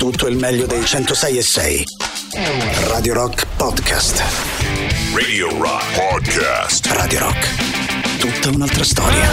tutto il meglio dei 106.6. Radio Rock Podcast. Radio Rock Podcast. Radio Rock, tutta un'altra storia.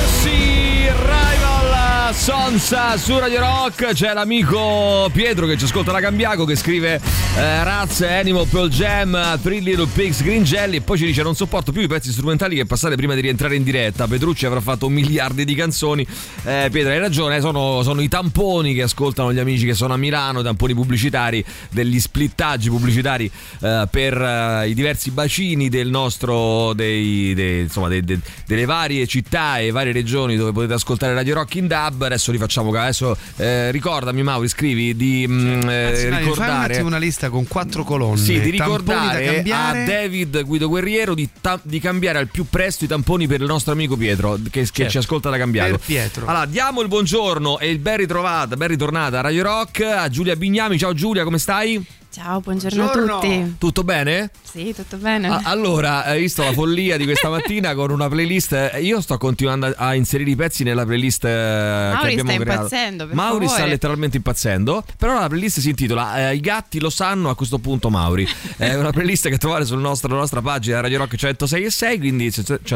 Rival Sonsa su Radio Rock. C'è l'amico Pietro che ci ascolta da Cambiaco, che scrive razze, Animal, Pearl Jam, Three Little Pigs, Green Jelly, e poi ci dice: non sopporto più i pezzi strumentali che passate prima di rientrare in diretta. Petrucci avrà fatto 1 miliardo di canzoni. Pietro, hai ragione, sono i tamponi che ascoltano gli amici che sono a Milano, tamponi pubblicitari, degli splittaggi pubblicitari per i diversi bacini del nostro delle varie città e varie regioni dove potete ascoltare Radio Rock in DAB. Adesso rifacciamo. Adesso ricordami, Mauri, scrivi di ricordare, fai un attimo una lista con 4 colonne. Sì, di ricordare a David Guido Guerriero di cambiare al più presto i tamponi per il nostro amico Pietro che ci ascolta da Cambiaco. Per Pietro. Allora, diamo il buongiorno e il ben ritornata a Radio Rock a Giulia Bignami. Ciao Giulia, come stai? Ciao, buongiorno a tutti. Tutto bene? Sì, tutto bene. Allora, hai visto la follia di questa mattina con una playlist? Io sto continuando a inserire i pezzi nella playlist che abbiamo creato. Impazzendo, per Mauri favore. sta letteralmente impazzendo. Però la playlist si intitola I gatti lo sanno, a questo punto Mauri. È una playlist che trovate sulla nostra pagina Radio Rock 106.6, quindi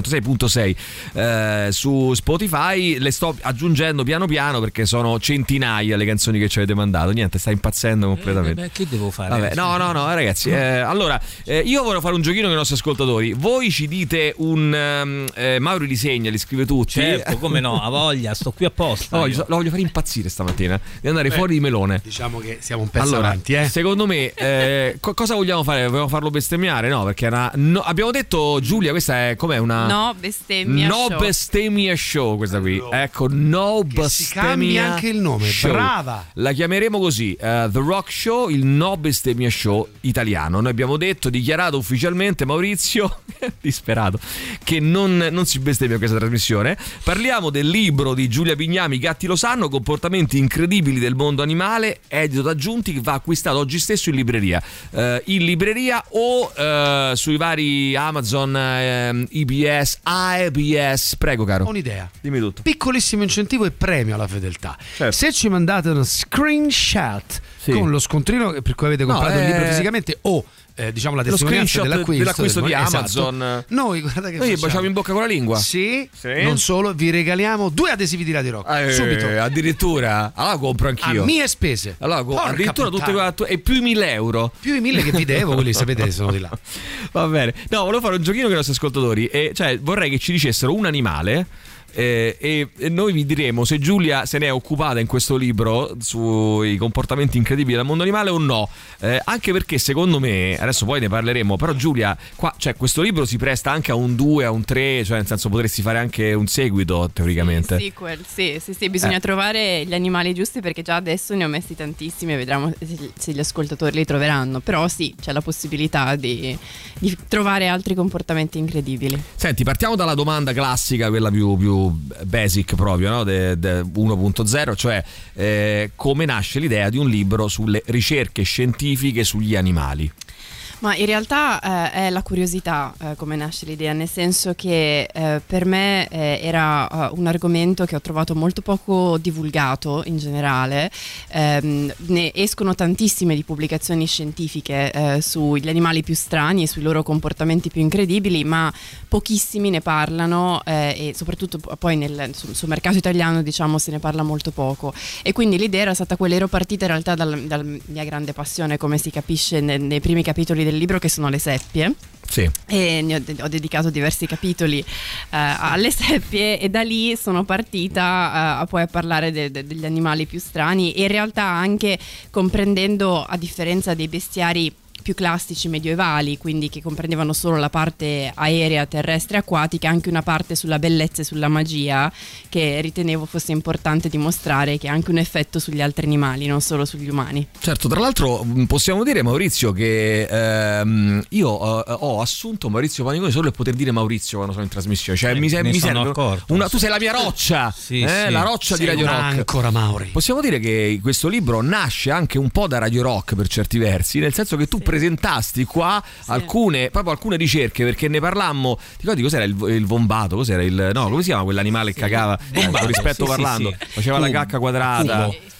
106.6 su Spotify. Le sto aggiungendo piano piano perché sono centinaia le canzoni che ci avete mandato. Niente, sta impazzendo completamente. Che devo fare? Vabbè, no, ragazzi. Allora, io voglio fare un giochino con i nostri ascoltatori. Voi ci dite Mauri li segna, li scrive tutti. Certo, come no, a voglia, sto qui apposta. Lo voglio fare impazzire stamattina, di andare fuori di melone. Diciamo che siamo un pezzo avanti, Secondo me, cosa vogliamo fare? Vogliamo farlo bestemmiare? No, perché abbiamo detto, Giulia, questa è com'è una No bestemmia show. Bestemmia show, questa qui. Ecco, no che bestemmia. si cambia anche il nome, show. brava. La chiameremo così, The Rock Show, il no bestemmia show italiano. Noi abbiamo dichiarato ufficialmente, Maurizio, disperato, che non si bestemmia questa trasmissione. Parliamo del libro di Giulia Bignami, Gatti lo sanno, comportamenti incredibili del mondo animale, edito da Giunti, che va acquistato oggi stesso in libreria o sui vari Amazon, EBS, ABS. Prego, caro. Ho un'idea. Dimmi tutto. Piccolissimo incentivo e premio alla fedeltà. Certo. Se ci mandate uno screenshot con lo scontrino per cui avete comprato il libro fisicamente o diciamo la testimonianza dell'acquisto di Amazon, esatto. Noi guarda che noi baciamo in bocca con la lingua. Sì. Non solo, vi regaliamo 2 adesivi di Radio Rock subito. Addirittura. Allora compro anch'io a mie spese. Allora addirittura tutte e più i 1.000 euro. Più i 1.000 che vi devo, quelli sapete sono di là. Va bene. No, volevo fare un giochino con i nostri ascoltatori, cioè vorrei che ci dicessero un animale. E noi vi diremo se Giulia se ne è occupata in questo libro sui comportamenti incredibili del mondo animale o no, anche perché secondo me, adesso poi ne parleremo, però Giulia questo libro si presta anche a un 2, a un 3, cioè nel senso potresti fare anche un seguito teoricamente. Sequel, sì, bisogna trovare gli animali giusti, perché già adesso ne ho messi tantissimi e vedremo se gli ascoltatori li troveranno, però sì, c'è la possibilità di trovare altri comportamenti incredibili. Senti, partiamo dalla domanda classica, quella più basic proprio, no? 1.0, cioè come nasce l'idea di un libro sulle ricerche scientifiche sugli animali? Ma in realtà è la curiosità come nasce l'idea, nel senso che per me era un argomento che ho trovato molto poco divulgato in generale. Ne escono tantissime di pubblicazioni scientifiche sugli animali più strani e sui loro comportamenti più incredibili, ma pochissimi ne parlano e soprattutto poi sul mercato italiano, diciamo, se ne parla molto poco. E quindi l'idea era stata quella, ero partita in realtà dalla mia grande passione, come si capisce nei primi capitoli del libro, che sono le seppie. Sì. E ho dedicato diversi capitoli alle seppie, e da lì sono partita poi a parlare degli animali più strani, e in realtà anche comprendendo, a differenza dei bestiari più classici medievali, quindi che comprendevano solo la parte aerea, terrestre, acquatica, anche una parte sulla bellezza e sulla magia, che ritenevo fosse importante dimostrare che ha anche un effetto sugli altri animali, non solo sugli umani. Certo, tra l'altro possiamo dire, Maurizio, che io ho assunto Maurizio Paniconi solo per poter dire Maurizio quando sono in trasmissione, cioè mi serve tu sei la mia roccia, la roccia di Radio Rock. Ancora Mauri. Possiamo dire che questo libro nasce anche un po' da Radio Rock per certi versi, nel senso che tu presentasti qua alcune ricerche, perché ne parlammo. Ti ricordi cos'era il vombato? Cos'era come si chiama quell'animale che cagava? Con rispetto parlando, faceva la cacca quadrata.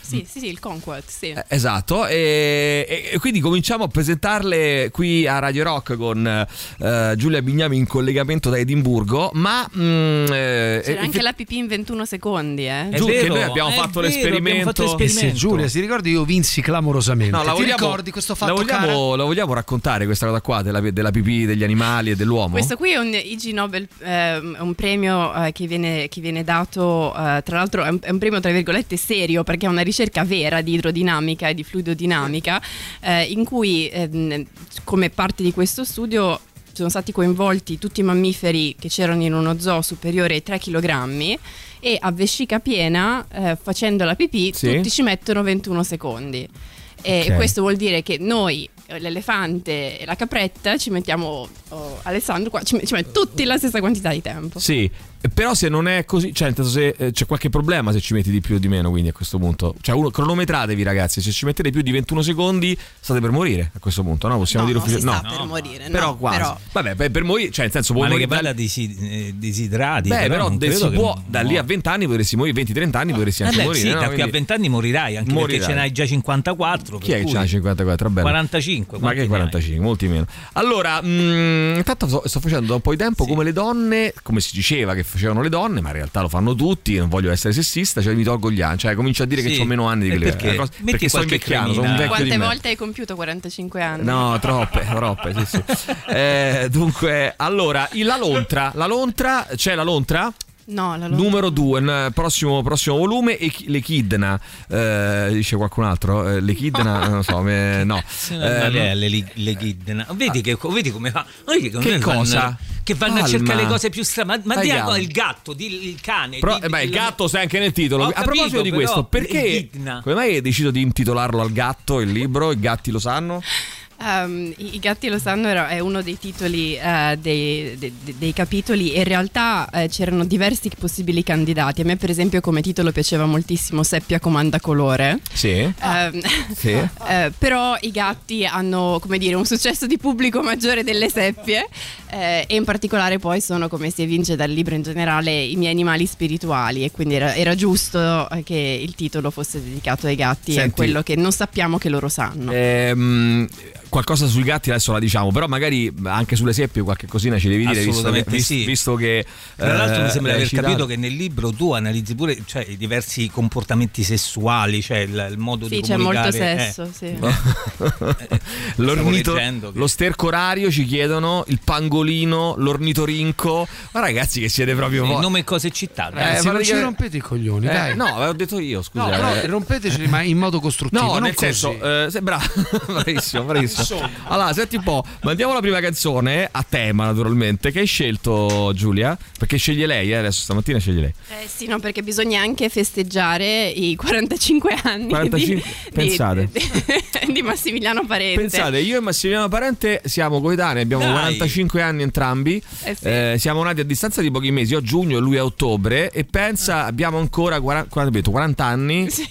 Sì, il Conquest, sì. Esatto, e quindi cominciamo a presentarle qui a Radio Rock con Giulia Bignami in collegamento da Edimburgo, ma c'era anche la pipì in 21 secondi, Giù, che noi abbiamo fatto l'esperimento. E se Giulia si ricordi, io vinsi clamorosamente. No, ricordi questo fatto? La vogliamo raccontare questa cosa qua della pipì degli animali e dell'uomo? Questo qui è un Ig Nobel, un premio che viene dato, tra l'altro è un premio tra virgolette serio, perché è una ricerca vera di idrodinamica e di fluidodinamica, in cui come parte di questo studio sono stati coinvolti tutti i mammiferi che c'erano in uno zoo superiore ai 3 kg e a vescica piena, facendo la pipì, tutti ci mettono 21 secondi. E questo vuol dire che noi, l'elefante e la capretta, ci mettiamo, Alessandro qua ci mette tutti la stessa quantità di tempo. Sì, però se non è così, cioè se c'è qualche problema se ci metti di più o di meno, quindi a questo punto, cioè cronometratevi ragazzi, se ci mettete più di 21 secondi state per morire a questo punto, no? Possiamo dire ufficialmente? Per morire, però quasi. Però. Vabbè, per morire, cioè nel senso puoi morire. Che parla di disidrati. Però si può, da lì a 20 anni potresti morire, 20-30 anni potresti anche morire. Sì, no? perché a 20 anni morirai, anche perché ce n'hai già 54. Chi è che ce n'ha 54? Bello. 45. Ma che 45? Molti meno. Allora, intanto sto facendo da un po' di tempo come le donne, come si diceva che facevano le donne, ma in realtà lo fanno tutti, non voglio essere sessista, cioè mi tolgo gli anni, cioè comincio a dire che ho meno anni di quelle perché sto invecchiando, sono un vecchio. Quante volte hai compiuto 45 anni? No, troppe, sì. Dunque, allora, la lontra, c'è la lontra? No, la numero 2, prossimo volume, e l'echidna, dice qualcun altro? L'echidna, non lo so, no. L'echidna. Vedi come fa? Che cosa? Che vanno a cercare le cose più strane. Ma diamo il gatto, il cane. Il gatto sta anche nel titolo. A proposito di questo, perché come mai hai deciso di intitolarlo al gatto il libro? I gatti lo sanno? I gatti lo sanno è uno dei titoli dei capitoli, e in realtà c'erano diversi possibili candidati. A me per esempio come titolo piaceva moltissimo Seppia comanda colore. Sì. Però i gatti hanno, come dire, un successo di pubblico maggiore delle seppie, e in particolare poi sono, come si evince dal libro in generale, i miei animali spirituali, e quindi era giusto che il titolo fosse dedicato ai gatti. Senti, e quello che non sappiamo che loro sanno. Qualcosa sui gatti adesso la diciamo, però magari anche sulle seppie qualche cosina ci devi dire, visto che tra l'altro mi sembra aver capito che nel libro tu analizzi pure, cioè, i diversi comportamenti sessuali, cioè il modo di comunicare. Sì, c'è molto sesso, sì. Lo sterco orario ci chiedono, il pangolino, l'ornitorinco. Ma ragazzi che siete proprio nome, cose e città. Se non ci rompete i coglioni, dai. No, l'avevo detto io, scusa. No, però rompeteceli, ma in modo costruttivo. No, non nel così. senso, sei bravo, bravissimo. Allora, senti un po', mandiamo la prima canzone a tema, naturalmente, che hai scelto, Giulia, perché sceglie lei, adesso stamattina sceglie lei. Sì, no, perché bisogna anche festeggiare i 45 anni 45, pensate. Di Massimiliano Parente. Pensate, io e Massimiliano Parente siamo coetanei, abbiamo 45 anni entrambi, siamo nati a distanza di pochi mesi, io a giugno e lui a ottobre, e pensa, abbiamo ancora 40 anni, sì.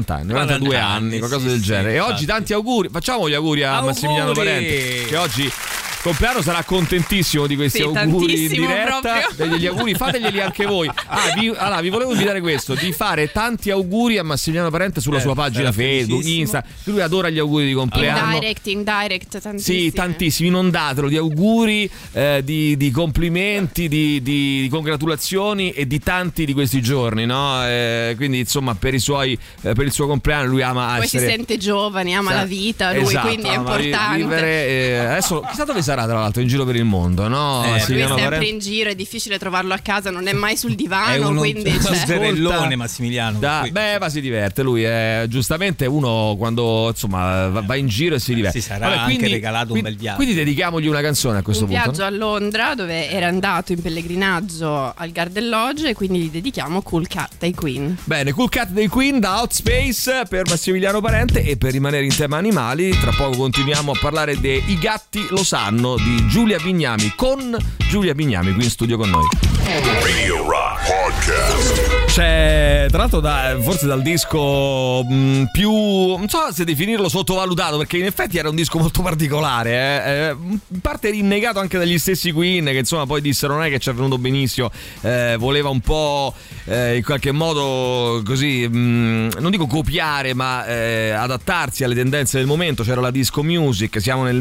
42 anni, qualcosa del genere. E oggi tanti auguri, facciamo gli auguri a Massimiliano Parente, che oggi compleanno, sarà contentissimo di questi auguri in diretta. Degli auguri, fateglieli anche voi. Vi volevo invitare di fare tanti auguri a Massimiliano Parente sulla sua pagina Facebook, Insta. Lui adora gli auguri di compleanno. Indirect, tantissimi. Sì, tantissimi, inondatelo di auguri, di complimenti, di congratulazioni e di tanti di questi giorni, no? Quindi insomma per il suo compleanno lui ama poi essere, si sente giovane, ama la vita, lui, quindi è importante vivere, adesso chissà dove sarà, tra l'altro, in giro per il mondo, no? Lui è sempre in giro, è difficile trovarlo a casa, non è mai sul divano, quindi uno sgherellone Massimiliano. Ma si diverte, lui è giustamente uno quando insomma va in giro e si diverte. Si sarà anche regalato un bel viaggio. Quindi dedichiamogli una canzone a questo punto. Un viaggio a Londra, dove era andato in pellegrinaggio al Garden Lodge, e quindi gli dedichiamo Cool Cat dei Queen. Bene, Cool Cat dei Queen da Outspace per Massimiliano Parente. E per rimanere in tema animali, tra poco continuiamo a parlare dei I gatti lo sanno di Giulia Bignami, con Giulia Bignami qui in studio con noi. Radio Rock Podcast. C'è tra l'altro forse dal disco più, non so se definirlo sottovalutato, perché in effetti era un disco molto particolare, in parte rinnegato anche dagli stessi Queen, che insomma poi dissero non è che ci è venuto benissimo, voleva un po' in qualche modo così, non dico copiare, ma adattarsi alle tendenze del momento. C'era la disco music, siamo nel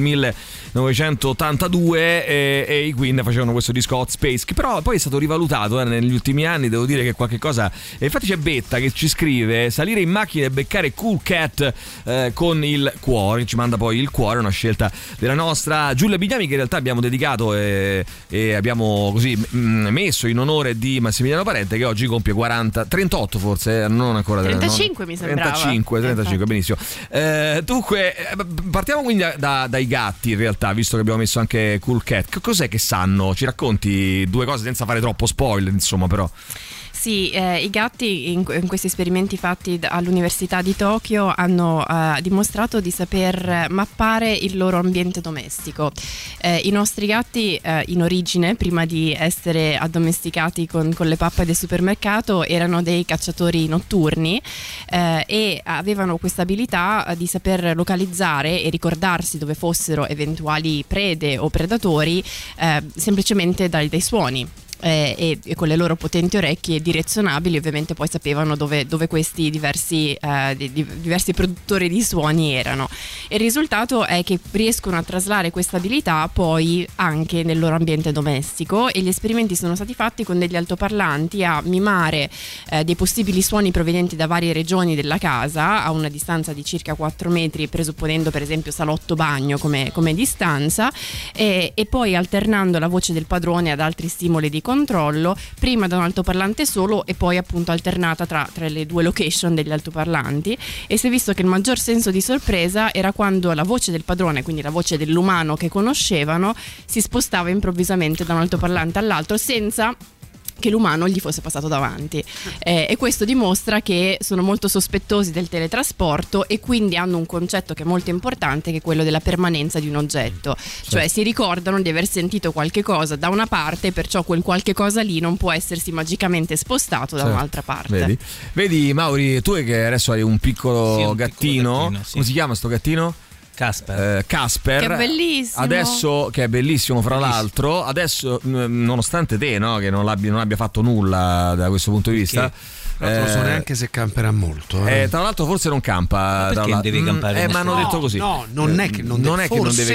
1982 e i Queen facevano questo disco Hot Space, che però poi è stato rivalutato negli ultimi anni. Devo dire che qualche cosa, e infatti c'è Betta che ci scrive: salire in macchina e beccare Cool Cat con il cuore, ci manda poi il cuore, una scelta della nostra Giulia Bignami, che in realtà abbiamo dedicato e abbiamo così messo in onore di Massimiliano Parente, che oggi compie 38 forse, non ancora 35 mi sembrava 35, benissimo. Dunque partiamo quindi dai gatti, in realtà, visto che abbiamo messo anche Cool Cat. Cos'è che sanno? Ci racconti due cose senza fare troppo spoiler, insomma, però. Sì, i gatti in questi esperimenti fatti all'Università di Tokyo hanno dimostrato di saper mappare il loro ambiente domestico. I nostri gatti in origine, prima di essere addomesticati con le pappe del supermercato, erano dei cacciatori notturni e avevano questa abilità di saper localizzare e ricordarsi dove fossero eventuali prede o predatori semplicemente dai suoni. E con le loro potenti orecchie direzionabili ovviamente poi sapevano dove questi diversi produttori di suoni erano. Il risultato è che riescono a traslare questa abilità poi anche nel loro ambiente domestico, e gli esperimenti sono stati fatti con degli altoparlanti a mimare dei possibili suoni provenienti da varie regioni della casa a una distanza di circa 4 metri, presupponendo per esempio salotto bagno come distanza, e poi alternando la voce del padrone ad altri stimoli di controllo, prima da un altoparlante solo e poi appunto alternata tra le due location degli altoparlanti. E si è visto che il maggior senso di sorpresa era quando la voce del padrone, quindi la voce dell'umano che conoscevano, si spostava improvvisamente da un altoparlante all'altro senza che l'umano gli fosse passato davanti, e questo dimostra che sono molto sospettosi del teletrasporto e quindi hanno un concetto che è molto importante, che è quello della permanenza di un oggetto, cioè si ricordano di aver sentito qualche cosa da una parte, perciò quel qualche cosa lì non può essersi magicamente spostato da un'altra parte. Vedi Mauri, tu che adesso hai un piccolo gattino, sì. Come si chiama sto gattino? Casper, che è bellissimo. Adesso, che è bellissimo fra l'altro, adesso nonostante te, no, che non abbia fatto nulla da questo punto di vista, non so neanche se camperà molto. Tra l'altro forse non campa. Ma perché deve campare? Ma hanno detto così. No, non è che non deve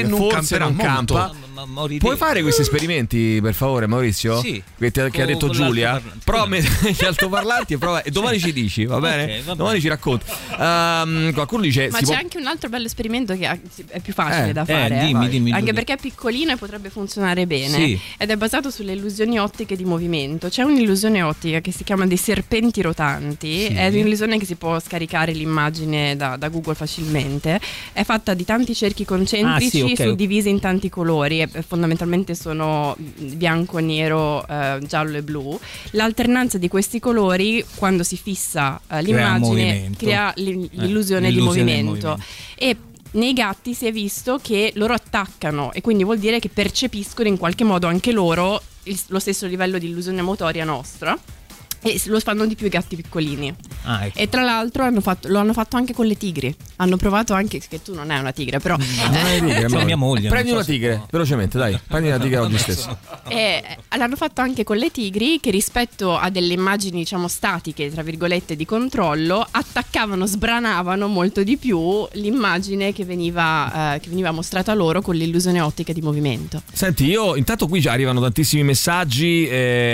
campa. Puoi fare questi esperimenti per favore, Maurizio? Sì. Che ha detto Giulia? Prova gli altoparlanti e domani ci dici, va bene? Okay, va domani ci racconti. Qualcuno dice: ma c'è anche un altro bello esperimento che è più facile da fare. Dimmi, anche perché è piccolino e potrebbe funzionare bene. Sì. Ed è basato sulle illusioni ottiche di movimento. C'è un'illusione ottica che si chiama dei serpenti rotanti. Sì. È un'illusione che si può scaricare l'immagine da Google facilmente. È fatta di tanti cerchi concentrici suddivisi in tanti colori. Fondamentalmente sono bianco, nero, giallo e blu. L'alternanza di questi colori, quando si fissa l'immagine, crea l'illusione di movimento. E nei gatti si è visto che loro attaccano, e quindi vuol dire che percepiscono in qualche modo anche loro lo stesso livello di illusione motoria nostra, e lo fanno di più i gatti piccolini. Ecco. E tra l'altro lo hanno fatto anche con le tigri. Hanno provato anche, che tu non hai una tigre, però mia moglie. Prendi una tigre, velocemente, dai. Prendi una tigre oggi stesso. L'hanno fatto anche con le tigri, che rispetto a delle immagini diciamo statiche, tra virgolette, di controllo, attaccavano, sbranavano molto di più l'immagine che veniva mostrata loro con l'illusione ottica di movimento. Senti, io intanto qui già arrivano tantissimi messaggi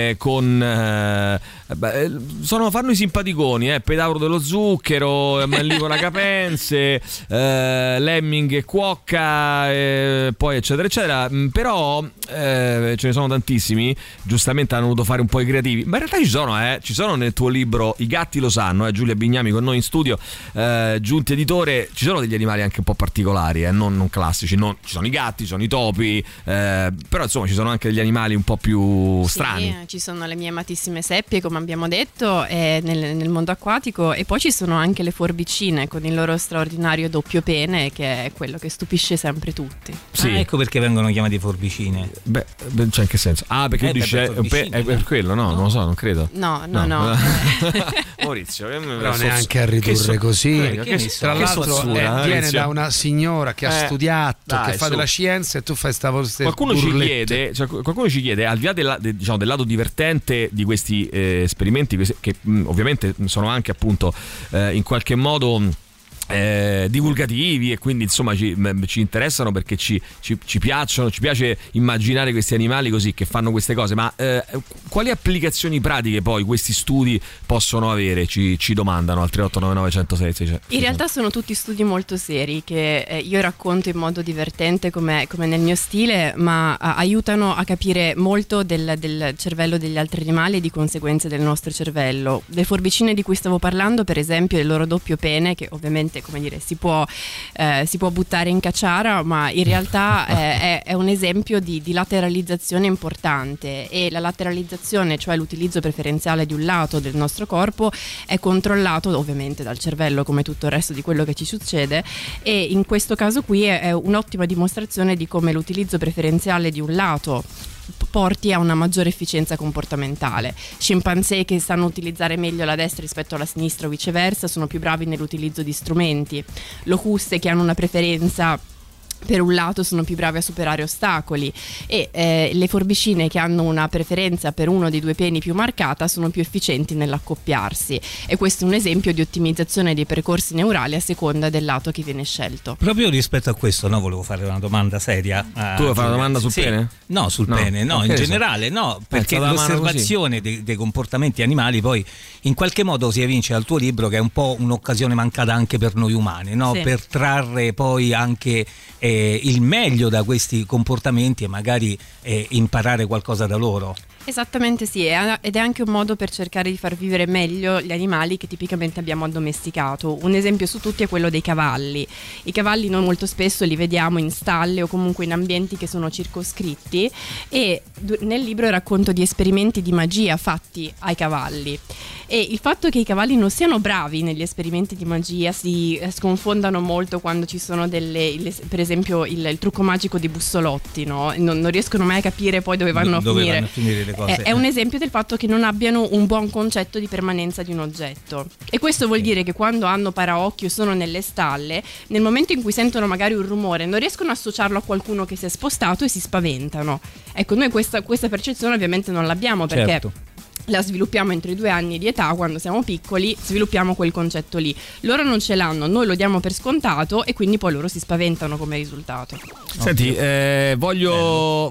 fanno i simpaticoni, Pedauro dello zucchero, Manlicola Capense, Lemming e Cuocca, poi eccetera eccetera. Però ce ne sono tantissimi, giustamente hanno voluto fare un po' i creativi, ma in realtà ci sono nel tuo libro, i gatti lo sanno, Giulia Bignami con noi in studio, Giunti editore. Ci sono degli animali anche un po' particolari, non classici, ci sono i gatti, ci sono i topi, però insomma ci sono anche degli animali un po' più strani. Ci sono le mie amatissime seppie, come abbiamo detto, nel mondo acquatico, e poi ci sono anche le forbicine con il loro straordinario doppio pene, che è quello che stupisce sempre tutti. Sì. Ecco perché vengono chiamati forbicine. Beh, cioè in che senso? Perché tu dici è per quello, no? Non lo so, non credo. No. Maurizio, però neanche a ridurre così. Tra l'altro viene da una signora che ha studiato, che fa della scienza, e tu fai qualcuno ci chiede, al di là del lato divertente di questi esperimenti, che ovviamente sono anche appunto in qualche modo divulgativi, e quindi insomma ci interessano perché ci piacciono, ci piace immaginare questi animali così, che fanno queste cose, ma quali applicazioni pratiche poi questi studi possono avere, ci domandano al 3899 106 600. In realtà sono tutti studi molto seri che io racconto in modo divertente come nel mio stile, ma aiutano a capire molto del cervello degli altri animali e di conseguenze del nostro cervello. Le forbicine di cui stavo parlando, per esempio, il loro doppio pene, che ovviamente, come dire, si può buttare in cacciara, ma in realtà è un esempio di lateralizzazione importante, e la lateralizzazione, cioè l'utilizzo preferenziale di un lato del nostro corpo, è controllato ovviamente dal cervello, come tutto il resto di quello che ci succede, e in questo caso qui è un'ottima dimostrazione di come l'utilizzo preferenziale di un lato porti a una maggiore efficienza comportamentale. Scimpanzé che sanno utilizzare meglio la destra rispetto alla sinistra o viceversa sono più bravi nell'utilizzo di strumenti. Locuste che hanno una preferenza per un lato sono più bravi a superare ostacoli, e le forbicine che hanno una preferenza per uno dei due peni più marcata sono più efficienti nell'accoppiarsi, e questo è un esempio di ottimizzazione dei percorsi neurali a seconda del lato che viene scelto. Proprio rispetto a questo, volevo fare una domanda seria. Tu vuoi fare una domanda sul pene? No, sul pene, in generale, perché l'osservazione dei comportamenti animali poi in qualche modo si evince dal tuo libro che è un po' un'occasione mancata anche per noi umani, Sì. Per trarre poi anche il meglio da questi comportamenti e magari imparare qualcosa da loro. Esattamente sì, ed è anche un modo per cercare di far vivere meglio gli animali che tipicamente abbiamo addomesticato. Un esempio su tutti è quello dei cavalli. I cavalli noi molto spesso li vediamo in stalle o comunque in ambienti che sono circoscritti, e nel libro racconto di esperimenti di magia fatti ai cavalli. E il fatto che i cavalli non siano bravi negli esperimenti di magia, si sconfondano molto quando ci sono per esempio il trucco magico di Bussolotti, no? Non riescono mai a capire poi dove vanno a finire le cose. È un esempio del fatto che non abbiano un buon concetto di permanenza di un oggetto, e questo vuol dire che quando hanno paraocchio, sono nelle stalle, nel momento in cui sentono magari un rumore non riescono a associarlo a qualcuno che si è spostato e si spaventano. Ecco, noi questa percezione ovviamente non l'abbiamo, perché certo. La sviluppiamo entro i 2 anni di età, quando siamo piccoli sviluppiamo quel concetto lì. Loro non ce l'hanno, noi lo diamo per scontato, e quindi poi loro si spaventano come risultato. Senti, voglio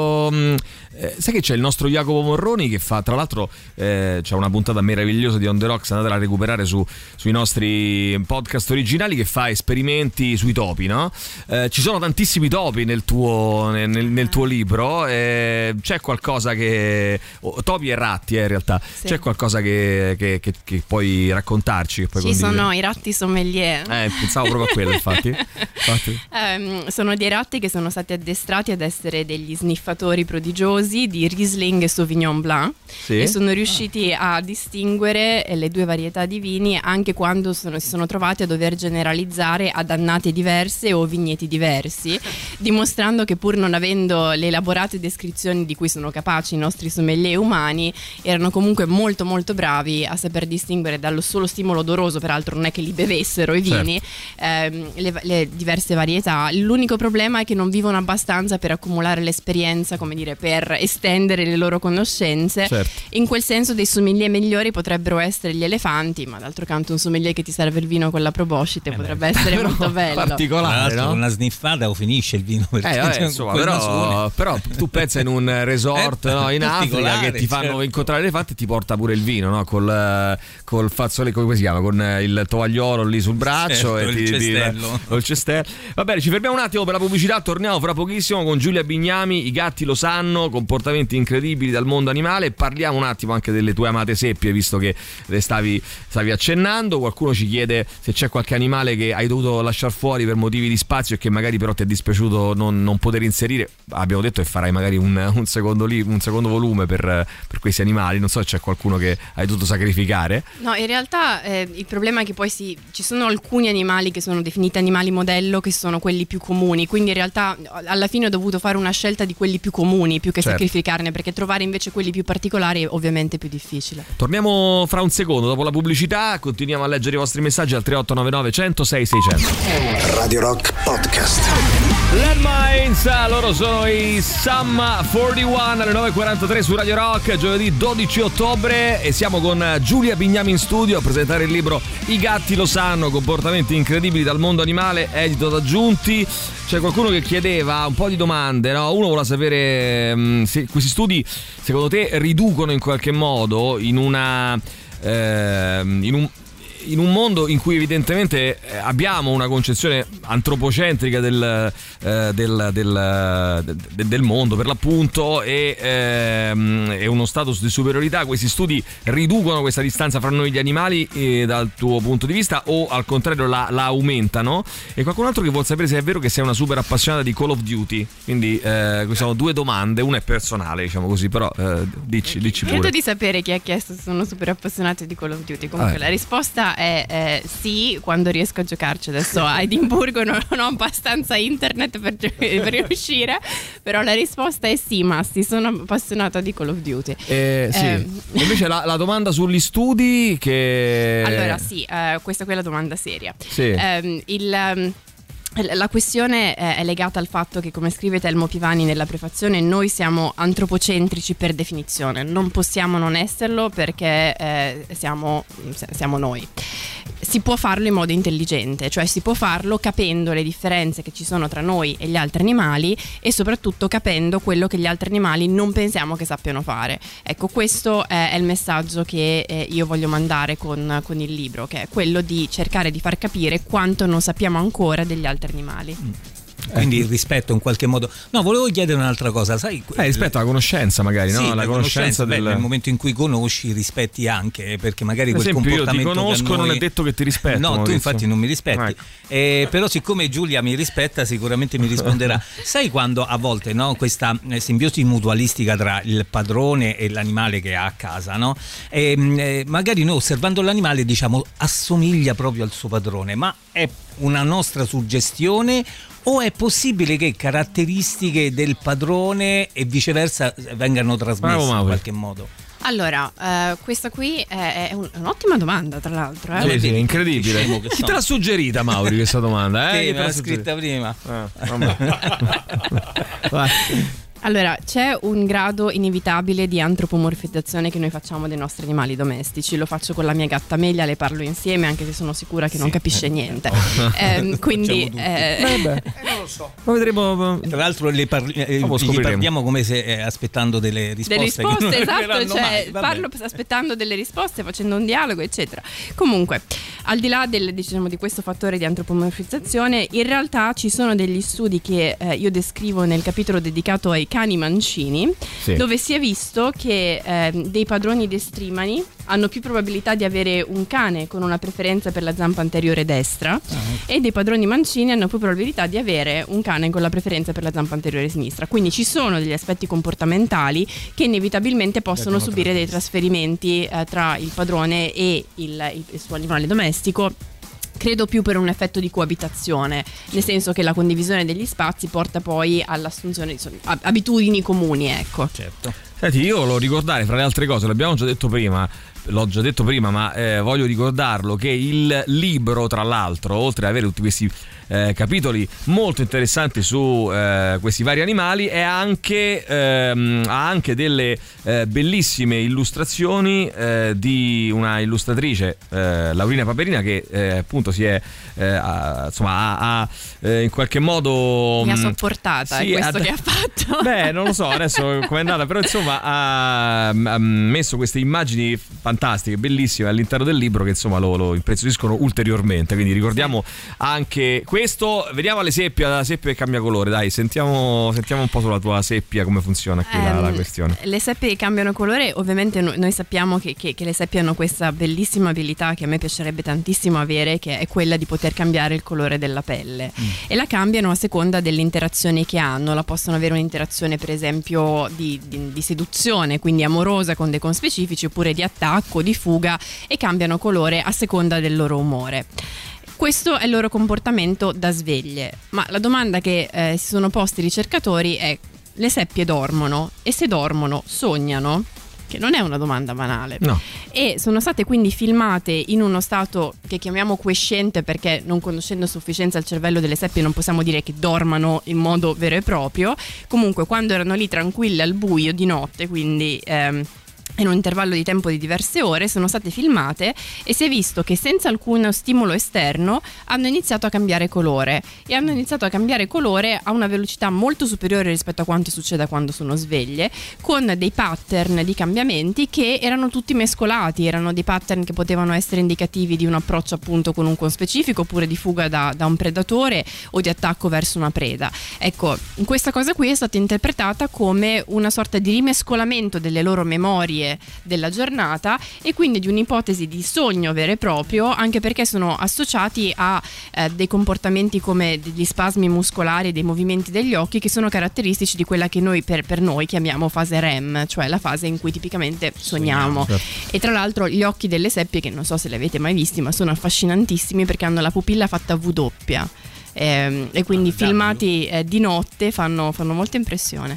sai che c'è il nostro Jacopo Morroni che fa, tra l'altro c'è una puntata meravigliosa di On The Rocks, andatela a recuperare sui nostri podcast originali, che fa esperimenti sui topi, no? Ci sono tantissimi topi nel tuo libro, c'è qualcosa che topi e ratti in realtà, sì. C'è qualcosa che puoi raccontarci, che puoi ci condividere? Sono i ratti sommelier. Pensavo proprio a quello, infatti. Sono dei ratti che sono stati addestrati ad essere degli sniffatori prodigiosi di Riesling e Sauvignon Blanc, sì. E sono riusciti a distinguere le due varietà di vini anche quando si sono trovati a dover generalizzare ad annate diverse o vigneti diversi, dimostrando che pur non avendo le elaborate descrizioni di cui sono capaci i nostri sommelier umani, erano comunque molto molto bravi a saper distinguere dallo solo stimolo odoroso, peraltro non è che li bevessero i vini, certo. Le diverse varietà. L'unico problema è che non vivono abbastanza per accumulare l'esperienza, come dire, per estendere le loro conoscenze, certo. In quel senso dei sommelier migliori potrebbero essere gli elefanti, ma d'altro canto un sommelier che ti serve il vino con la proboscite potrebbe essere molto bello, particolare, no? Una sniffata o finisce il vino, insomma, però tu pensa in un resort in Africa che ti fanno incontrare l'elefante e ti porta pure il vino, no? Col fazzoletto, come si chiama, con il tovagliolo lì sul braccio, certo, e il cestello. Va bene, ci fermiamo un attimo per la pubblicità, torniamo fra pochissimo con Giulia Bignami. I gatti lo sanno, comportamenti incredibili dal mondo animale. Parliamo un attimo anche delle tue amate seppie, visto che le stavi accennando. Qualcuno ci chiede se c'è qualche animale che hai dovuto lasciare fuori per motivi di spazio e che magari però ti è dispiaciuto non poter inserire. Abbiamo detto che farai magari un secondo volume per questi animali. animali. Non so se c'è qualcuno che hai dovuto sacrificare. No, in realtà il problema è che poi ci sono alcuni animali che sono definiti animali modello, che sono quelli più comuni, quindi in realtà alla fine ho dovuto fare una scelta di quelli più comuni più che sacrificarne, perché trovare invece quelli più particolari è ovviamente più difficile. Torniamo fra un secondo dopo la pubblicità, continuiamo a leggere i vostri messaggi al 3899 106 600. Radio Rock Podcast. Landmines, loro sono i Sum 41 alle 9.43 su Radio Rock, giovedì 12 ottobre, e siamo con Giulia Bignami in studio a presentare il libro I gatti lo sanno, comportamenti incredibili dal mondo animale, edito da Giunti. C'è qualcuno che chiedeva un po' di domande, no? Uno vuole sapere se questi studi secondo te riducono in qualche modo in un mondo in cui evidentemente abbiamo una concezione antropocentrica del mondo, per l'appunto, e uno status di superiorità. Questi studi riducono questa distanza fra noi e gli animali dal tuo punto di vista, o al contrario la aumentano? E qualcun altro che vuol sapere se è vero che sei una super appassionata di Call of Duty. Quindi queste sono due domande, una è personale, diciamo così, però dici pure. Credo di sapere chi ha chiesto se sono super appassionato di Call of Duty. Comunque la risposta è sì, quando riesco a giocarci. Adesso a Edimburgo non ho abbastanza internet per uscire, però la risposta è sì, Masti, sono appassionata di Call of Duty. Sì. Invece la domanda sugli studi che... Allora sì, questa qui è la domanda seria. Sì. La questione è legata al fatto che, come scrive Telmo Pivani nella prefazione, noi siamo antropocentrici per definizione, non possiamo non esserlo perché siamo noi. Si può farlo in modo intelligente, cioè si può farlo capendo le differenze che ci sono tra noi e gli altri animali, e soprattutto capendo quello che gli altri animali non pensiamo che sappiano fare. Ecco, questo è il messaggio che io voglio mandare con il libro, che è quello di cercare di far capire quanto non sappiamo ancora degli altri animali. Quindi il rispetto in qualche modo. No, volevo chiedere un'altra cosa, sai? Rispetto alla conoscenza, magari, sì, no? La conoscenza nel momento in cui conosci, rispetti anche, perché magari per quel esempio, comportamento io ti conosco, non è detto che ti rispetto. No, Maurizio. tu infatti non mi rispetti. Però siccome Giulia mi rispetta, sicuramente mi risponderà. Sai quando a volte, no, questa simbiosi mutualistica tra il padrone e l'animale che ha a casa, no? Magari noi osservando l'animale diciamo assomiglia proprio al suo padrone, ma è una nostra suggestione, o è possibile che caratteristiche del padrone e viceversa vengano trasmesse in qualche modo? Allora, questa qui è un'ottima domanda, tra l'altro. Sì, è incredibile. Chi te l'ha suggerita, Mauri, questa domanda? Sì, me l'ha scritta prima. Vai. Allora, c'è un grado inevitabile di antropomorfizzazione che noi facciamo dei nostri animali domestici. Lo faccio con la mia gatta Amelia, le parlo insieme, anche se sono sicura che non capisce niente. Quindi non lo so. Poi vedremo. Tra l'altro gli parliamo come se aspettando delle risposte. Esatto, cioè parlo aspettando delle risposte, facendo un dialogo, eccetera. Comunque, al di là di questo fattore di antropomorfizzazione, in realtà ci sono degli studi che io descrivo nel capitolo dedicato ai cani mancini, dove si è visto che dei padroni destrimani hanno più probabilità di avere un cane con una preferenza per la zampa anteriore destra, e dei padroni mancini hanno più probabilità di avere un cane con la preferenza per la zampa anteriore sinistra. Quindi ci sono degli aspetti comportamentali che inevitabilmente possono subire dei trasferimenti tra il padrone e il suo animale domestico. Credo più per un effetto di coabitazione, nel senso che la condivisione degli spazi porta poi all'assunzione di abitudini comuni, ecco. Certo. Senti, io volevo ricordare, fra le altre cose, l'ho già detto prima, ma voglio ricordarlo, che il libro, tra l'altro, oltre ad avere tutti questi capitoli molto interessanti su questi vari animali, ha anche delle bellissime illustrazioni di una illustratrice, Laurina Paperina, che appunto si è ha in qualche modo mi ha sopportata che ha fatto. Beh, non lo so adesso com'è andata, però insomma ha messo queste immagini fantastiche, bellissime all'interno del libro che insomma lo impreziosiscono ulteriormente, quindi ricordiamo anche questo. Veniamo alle seppie, la seppia che cambia colore, dai, sentiamo un po' sulla tua seppia come funziona qui la questione. Le seppie che cambiano colore, ovviamente noi sappiamo che le seppie hanno questa bellissima abilità che a me piacerebbe tantissimo avere, che è quella di poter cambiare il colore della pelle, e la cambiano a seconda delle interazioni che hanno. La possono avere un'interazione per esempio di seduzione, quindi amorosa con dei conspecifici, oppure di attacco, di fuga, e cambiano colore a seconda del loro umore. Questo è il loro comportamento da sveglie, ma la domanda che si sono posti i ricercatori è: le seppie dormono? E se dormono, sognano? Che non è una domanda banale. No. E sono state quindi filmate in uno stato che chiamiamo quiescente, perché non conoscendo a sufficienza il cervello delle seppie non possiamo dire che dormano in modo vero e proprio. Comunque quando erano lì tranquille al buio di notte, quindi in un intervallo di tempo di diverse ore, sono state filmate e si è visto che senza alcun stimolo esterno hanno iniziato a cambiare colore, e hanno iniziato a cambiare colore a una velocità molto superiore rispetto a quanto succeda quando sono sveglie, con dei pattern di cambiamenti che erano tutti mescolati. Erano dei pattern che potevano essere indicativi di un approccio appunto con un conspecifico, oppure di fuga da un predatore o di attacco verso una preda. Ecco, questa cosa qui è stata interpretata come una sorta di rimescolamento delle loro memorie della giornata, e quindi di un'ipotesi di sogno vero e proprio, anche perché sono associati a dei comportamenti come degli spasmi muscolari, dei movimenti degli occhi, che sono caratteristici di quella che noi per noi chiamiamo fase REM, cioè la fase in cui tipicamente sogniamo. E tra l'altro gli occhi delle seppie, che non so se li avete mai visti, ma sono affascinantissimi perché hanno la pupilla fatta V doppia, e quindi filmati di notte fanno molta impressione.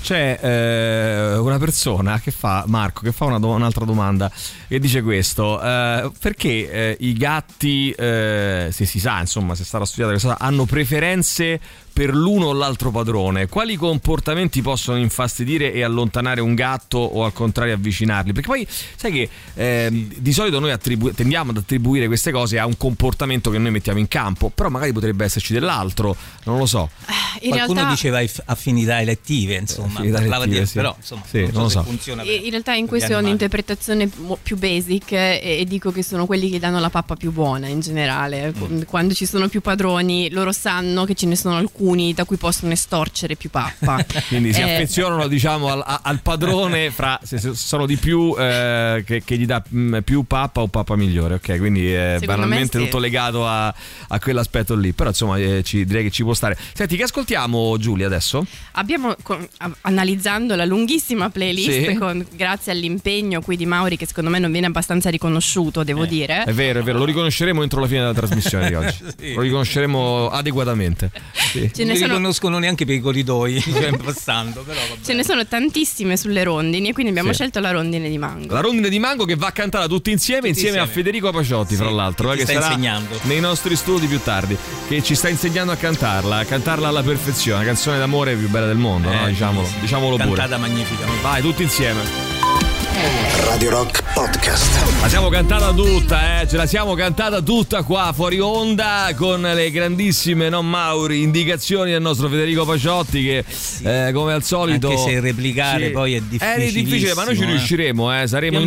C'è una persona che fa, Marco, che fa un'altra domanda, che dice questo: perché i gatti, se si sa, insomma, se è stata studiata questa cosa, hanno preferenze per l'uno o l'altro padrone? Quali comportamenti possono infastidire e allontanare un gatto, o al contrario avvicinarli? Perché poi sai che di solito noi tendiamo ad attribuire queste cose a un comportamento che noi mettiamo in campo, però magari potrebbe esserci dell'altro, non lo so. Qualcuno diceva affinità elettive, insomma, parlava di, sì. Però insomma, sì, non so se funziona. In realtà in questo è un'interpretazione più basic, e dico che sono quelli che danno la pappa più buona in generale. Quando ci sono più padroni, loro sanno che ce ne sono alcuni da cui possono estorcere più pappa. Quindi si affezionano, diciamo, al padrone fra se sono di più che gli dà più pappa o pappa migliore, ok? Quindi è banalmente tutto legato a quell'aspetto lì, però insomma direi che ci può stare. Senti, che ascoltiamo, Giulia, adesso? Abbiamo, analizzando la lunghissima playlist, grazie all'impegno qui di Mauri, che secondo me non viene abbastanza riconosciuto, devo dire. È vero, lo riconosceremo entro la fine della trasmissione di oggi. Sì. Lo riconosceremo adeguatamente. Sì. Non li riconoscono neanche per i corridoi, passando, però vabbè. Ce ne sono tantissime sulle rondini, e quindi abbiamo scelto la rondine di mango. La rondine di mango che va cantata tutti insieme a Federico Apaciotti, fra l'altro, che sarà insegnando nei nostri studi più tardi, che ci sta insegnando a cantarla alla perfezione, la canzone d'amore più bella del mondo, no? Diciamolo pure. Cantata magnificamente. Vai, tutti insieme. Radio Rock Podcast. La siamo cantata tutta, ce la siamo cantata tutta qua fuori onda, con le grandissime, non Mauri, indicazioni del nostro Federico Apaciotti, che come al solito, anche se replicare poi è difficile, ma noi ci riusciremo, saremo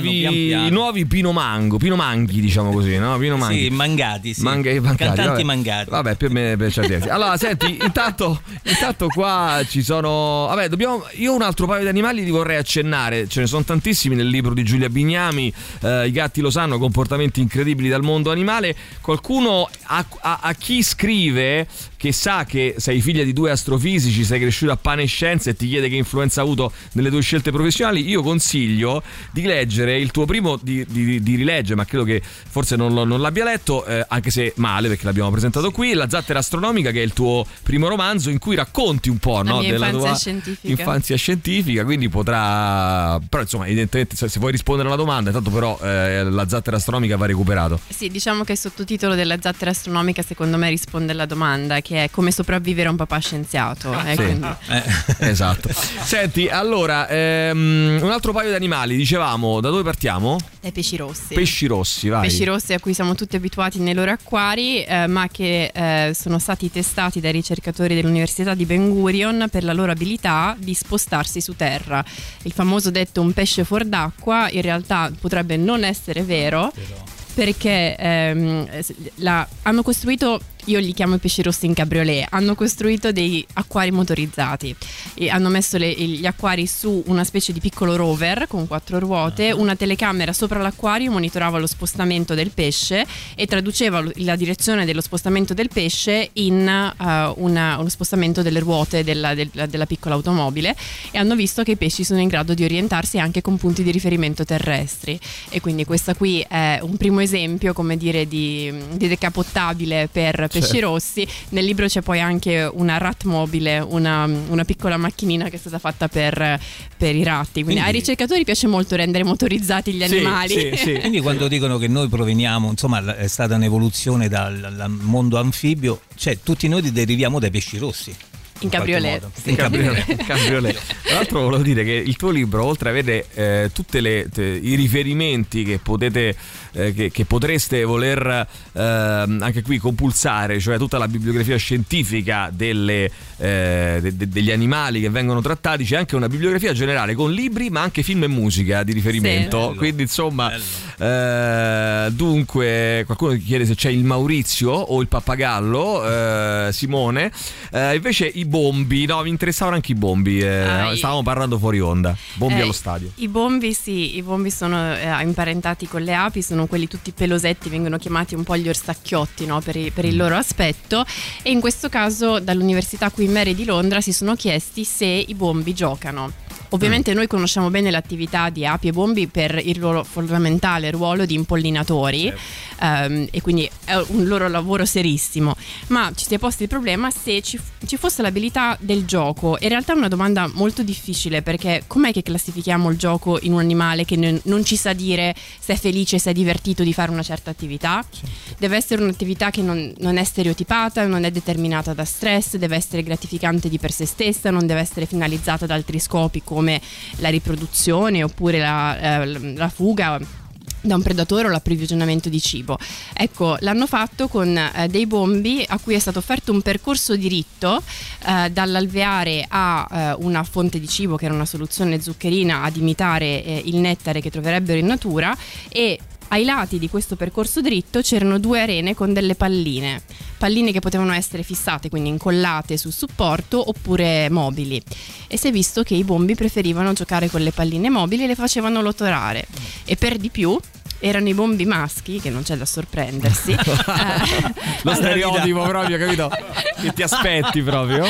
i nuovi Pino Manghi, diciamo così, no? Pino Manghi. Sì, mangati, sì. Cantanti mangati. Vabbè, per me per certi versi. Allora, senti, intanto qua ci sono, io un altro paio di animali li vorrei accennare, ce ne sono tantissimi nel libro di Giulia Bignami, I gatti lo sanno, comportamenti incredibili dal mondo animale. Qualcuno a chi scrive che sa che sei figlia di 2 astrofisici, sei cresciuta a pane e scienze, e ti chiede che influenza ha avuto nelle tue scelte professionali, io consiglio di leggere il tuo primo, di rileggere, ma credo che forse non l'abbia letto, anche se male, perché l'abbiamo presentato qui, La zattera astronomica, che è il tuo primo romanzo in cui racconti un po', no, della tua infanzia scientifica, quindi però insomma, evidentemente, se vuoi rispondere alla domanda, intanto però La zattera astronomica va recuperato. Sì, diciamo che il sottotitolo della zattera astronomica secondo me risponde alla domanda, che che è Come sopravvivere a un papà scienziato. Esatto. Senti, allora, un altro paio di animali, dicevamo, da dove partiamo? Dai pesci rossi. Pesci rossi, vai. Pesci rossi a cui siamo tutti abituati nei loro acquari, ma che sono stati testati dai ricercatori dell'Università di Ben Gurion per la loro abilità di spostarsi su terra. Il famoso detto un pesce fuor d'acqua in realtà potrebbe non essere vero, perché hanno costruito, io li chiamo i pesci rossi in cabriolet, hanno costruito dei acquari motorizzati e hanno messo gli acquari su una specie di piccolo rover con 4 ruote, una telecamera sopra l'acquario monitorava lo spostamento del pesce e traduceva la direzione dello spostamento del pesce in uno spostamento delle ruote della piccola automobile, e hanno visto che i pesci sono in grado di orientarsi anche con punti di riferimento terrestri, e quindi questa qui è un primo esempio, come dire, di decapottabile per pesci rossi. Nel libro c'è poi anche una rat mobile, una piccola macchinina che è stata fatta per i ratti. Quindi ai ricercatori piace molto rendere motorizzati gli animali. Sì. Quindi quando dicono che noi proveniamo, insomma, è stata un'evoluzione dal mondo anfibio, cioè tutti noi deriviamo dai pesci rossi. In cabriolet. In cabriolet. Tra l'altro volevo dire che il tuo libro, oltre ad avere tutti i riferimenti che potete che potreste voler anche qui compulsare, cioè tutta la bibliografia scientifica degli animali che vengono trattati, c'è anche una bibliografia generale con libri ma anche film e musica di riferimento. Sì, quindi insomma dunque qualcuno chiede se c'è il Maurizio o il Pappagallo. Simone invece i bombi, no, mi interessavano anche i bombi, stavamo parlando fuori onda. Bombi allo stadio. I bombi sono imparentati con le api, sono quelli tutti pelosetti, vengono chiamati un po' gli orsacchiotti, no? per il loro aspetto, e in questo caso dall'Università Queen Mary di Londra si sono chiesti se i bombi giocano. Ovviamente noi conosciamo bene l'attività di api e bombi per il loro fondamentale ruolo di impollinatori, e quindi è un loro lavoro serissimo, ma ci si è posto il problema se ci fosse l'abilità del gioco. In realtà è una domanda molto difficile, perché com'è che classifichiamo il gioco in un animale che non ci sa dire se è felice, se è divertito di fare una certa attività? Deve essere un'attività che non è stereotipata, non è determinata da stress, deve essere gratificante di per sé stessa, non deve essere finalizzata ad altri scopi come la riproduzione oppure la fuga da un predatore o l'approvvigionamento di cibo. Ecco, l'hanno fatto con dei bombi a cui è stato offerto un percorso diritto dall'alveare a una fonte di cibo che era una soluzione zuccherina ad imitare il nettare che troverebbero in natura, e ai lati di questo percorso dritto c'erano 2 arene con delle palline che potevano essere fissate, quindi incollate sul supporto, oppure mobili, e si è visto che i bombi preferivano giocare con le palline mobili e le facevano rotolare, e per di più erano i bombi maschi, che non c'è da sorprendersi. Lo stereotipo proprio, capito? Che ti aspetti proprio?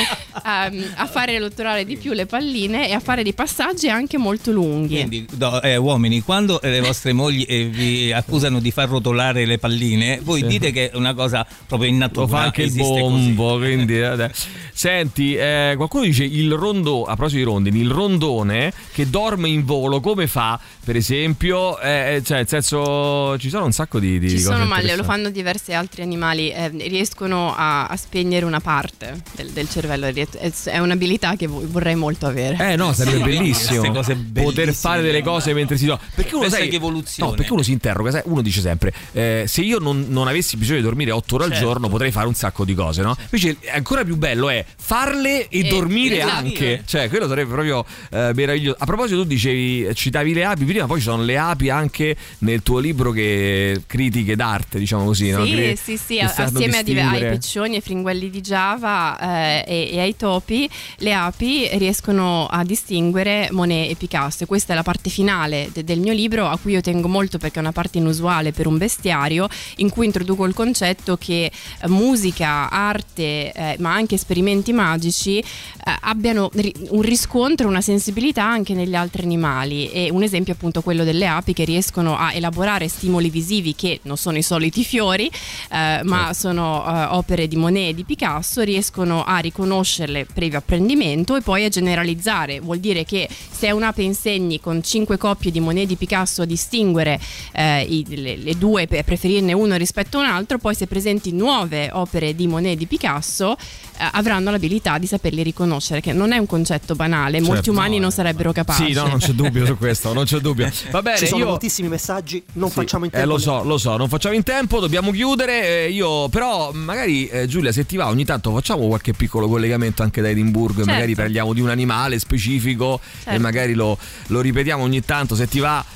A fare rotolare di più le palline e a fare dei passaggi anche molto lunghi. Quindi, uomini, quando le vostre mogli vi accusano di far rotolare le palline, voi dite che è una cosa proprio in natura. Lo fa anche il bombo, così. Quindi senti, qualcuno dice a proposito di rondini, il rondone che dorme in volo come fa, per esempio? Cioè, nel senso, ci sono un sacco di ci cose sono, ma lo fanno diversi altri animali, riescono a spegnere una parte del cervello. È un'abilità che vorrei molto avere. No, sarebbe bellissimo poter fare delle cose mentre si dorme, perché uno sai che evoluzione. No, perché uno si interroga, sai, uno dice sempre se io non avessi bisogno di dormire 8 ore al giorno potrei fare un sacco di cose, no? Invece ancora più bello è farle e dormire anche, cioè quello sarebbe proprio meraviglioso. A proposito, tu citavi le api prima, poi ci sono le api anche nel tuo libro, che critiche d'arte, diciamo così, no? Sì, assieme ai piccioni, ai fringuelli di Java e ai topi, le api riescono a distinguere Monet e Picasso, e questa è la parte finale del mio libro, a cui io tengo molto perché è una parte inusuale per un bestiario, in cui introduco il concetto che musica, arte, ma anche esperimenti strumenti magici abbiano un riscontro, una sensibilità anche negli altri animali. E un esempio appunto quello delle api, che riescono a elaborare stimoli visivi che non sono i soliti fiori, ma sono opere di Monet e di Picasso, riescono a riconoscerle previo apprendimento e poi a generalizzare. Vuol dire che se a un'ape insegni con 5 coppie di Monet e di Picasso a distinguere le due, per preferirne uno rispetto a un altro, poi se presenti nuove opere di Monet e di Picasso avranno l'abilità di saperli riconoscere, che non è un concetto banale, molti umani non sarebbero capaci. Sì, no, non c'è dubbio su questo, non c'è dubbio. Va bene, ci sono moltissimi messaggi, non facciamo in tempo. Lo so, non facciamo in tempo, dobbiamo chiudere. Io però magari Giulia, se ti va, ogni tanto facciamo qualche piccolo collegamento anche da Edimburgo, e magari parliamo di un animale specifico e magari lo ripetiamo ogni tanto, se ti va.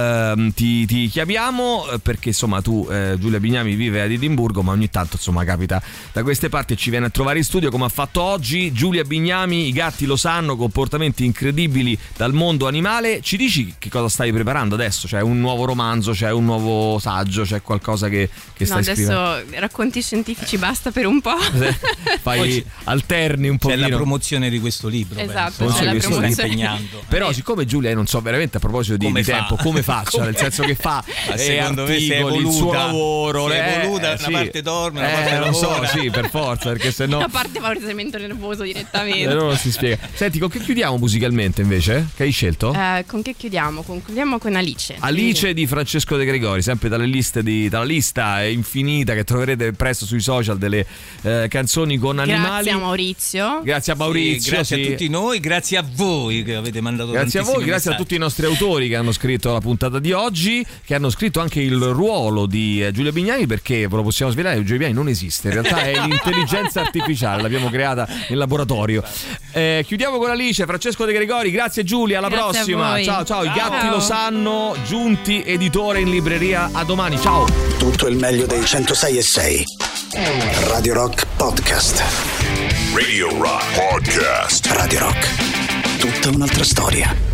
Ti chiamiamo perché insomma tu Giulia Bignami vive ad Edimburgo, ma ogni tanto insomma capita da queste parti e ci viene a trovare in studio, come ha fatto oggi. Giulia Bignami, i gatti lo sanno, comportamenti incredibili dal mondo animale. Ci dici che cosa stai preparando adesso? C'è un nuovo romanzo, c'è un nuovo saggio, c'è qualcosa che stai scrivendo? Adesso racconti scientifici basta per un po'. Fai alterni un pochino. C'è la promozione di questo libro. Esatto, c'è la promozione. Sta impegnando. Però siccome Giulia, non so veramente a proposito di tempo come faccia, nel senso che fa secondo me il suo lavoro, è evoluta, una parte dorme, una parte lavora. Sì, per forza, perché sennò una parte fa un risanamento nervoso direttamente. Non si spiega. Senti, con che chiudiamo musicalmente invece? Che hai scelto? Con che chiudiamo? Concludiamo con Alice. Alice di Francesco De Gregori, sempre dalla lista infinita che troverete presto sui social delle canzoni con animali. Grazie a Maurizio. Grazie a Maurizio. Grazie a tutti noi, grazie a voi che avete mandato grazie a voi, grazie messaggi. A tutti i nostri autori che hanno scritto la puntata di oggi, che hanno scritto anche il ruolo di Giulia Bignami, perché ve lo possiamo svelare, Giulia Bignami non esiste, in realtà è l'intelligenza artificiale, l'abbiamo creata in laboratorio. Chiudiamo con Alice, Francesco De Gregori, grazie Giulia, alla prossima, ciao, i gatti lo sanno, Giunti editore in libreria, a domani, ciao. Tutto il meglio dei 106.6 Radio Rock Podcast. Radio Rock Podcast. Radio Rock, tutta un'altra storia.